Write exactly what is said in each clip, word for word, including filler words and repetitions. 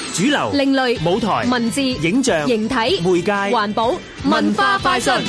主流、 另類、 舞台、 文字、 影像、 形體、 媒介、 環保、文化快訊。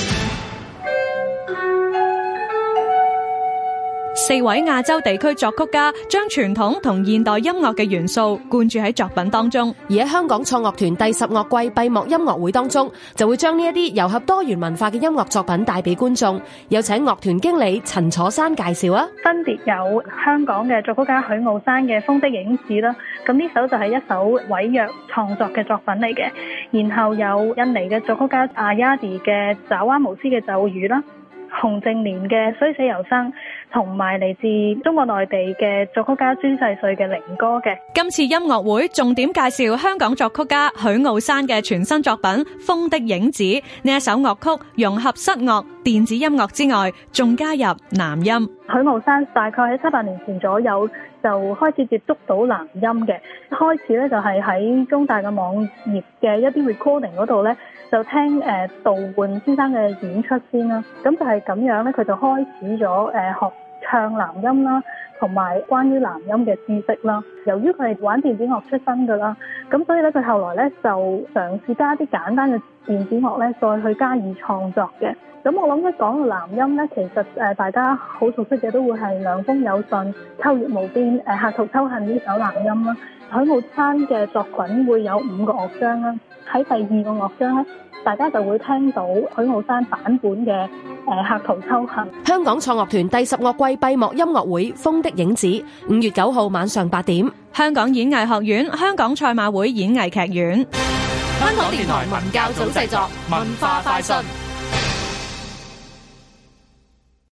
四位亞洲地區作曲家將傳統同現代音樂嘅元素灌注喺作品當中， 而喺香港創樂團第十樂季閉幕音樂會當中，就會將呢一啲糅合多元文化嘅音樂作品帶俾觀眾。有請樂團經理陳楚珊介紹啊！ 分別有香港嘅作曲家許傲山嘅《風的影子》啦，咁呢首就係一首委約創作嘅作品嚟嘅。然後有印尼嘅作曲家阿亞迪嘅《爪哇巫師嘅咒語》啦，洪正年嘅《雖死猶生》，同埋嚟自中國內地嘅作曲家朱世瑞嘅《靈歌》嘅。 今次音樂會重點介紹香港作曲家許傲山嘅全新作品《風的影子》。呢一首樂曲融合室樂、電子音樂之外，仲加入男音。 許傲山大概喺七八年前左右就開始接觸到男音嘅，開始咧就係喺中大嘅網頁嘅一啲 recording 嗰度咧，就聽誒杜煥先生嘅演出先啦。咁就係咁樣咧，佢就開始咗誒學唱男音啦，同埋關於男音嘅知識啦。由於佢係玩電子樂出身噶啦，咁所以咧佢後來咧就嘗試加啲簡單嘅電子樂咧，再去加以創作嘅。咁我諗一講到男音咧，其實誒大家好熟悉嘅都會係涼風有信、秋月無邊、誒客途秋恨呢首男音啦。許傲山嘅作品會有五個樂章啦，喺第二個樂章咧，大家就會聽到許傲山版本嘅誒客途秋恨。 香港創樂團第十樂季閉幕音樂會《風的影子》，五月九號晚上八點， 香港演藝學院、香港賽馬會演藝劇院。 香港電台文教組製作，文化快訊。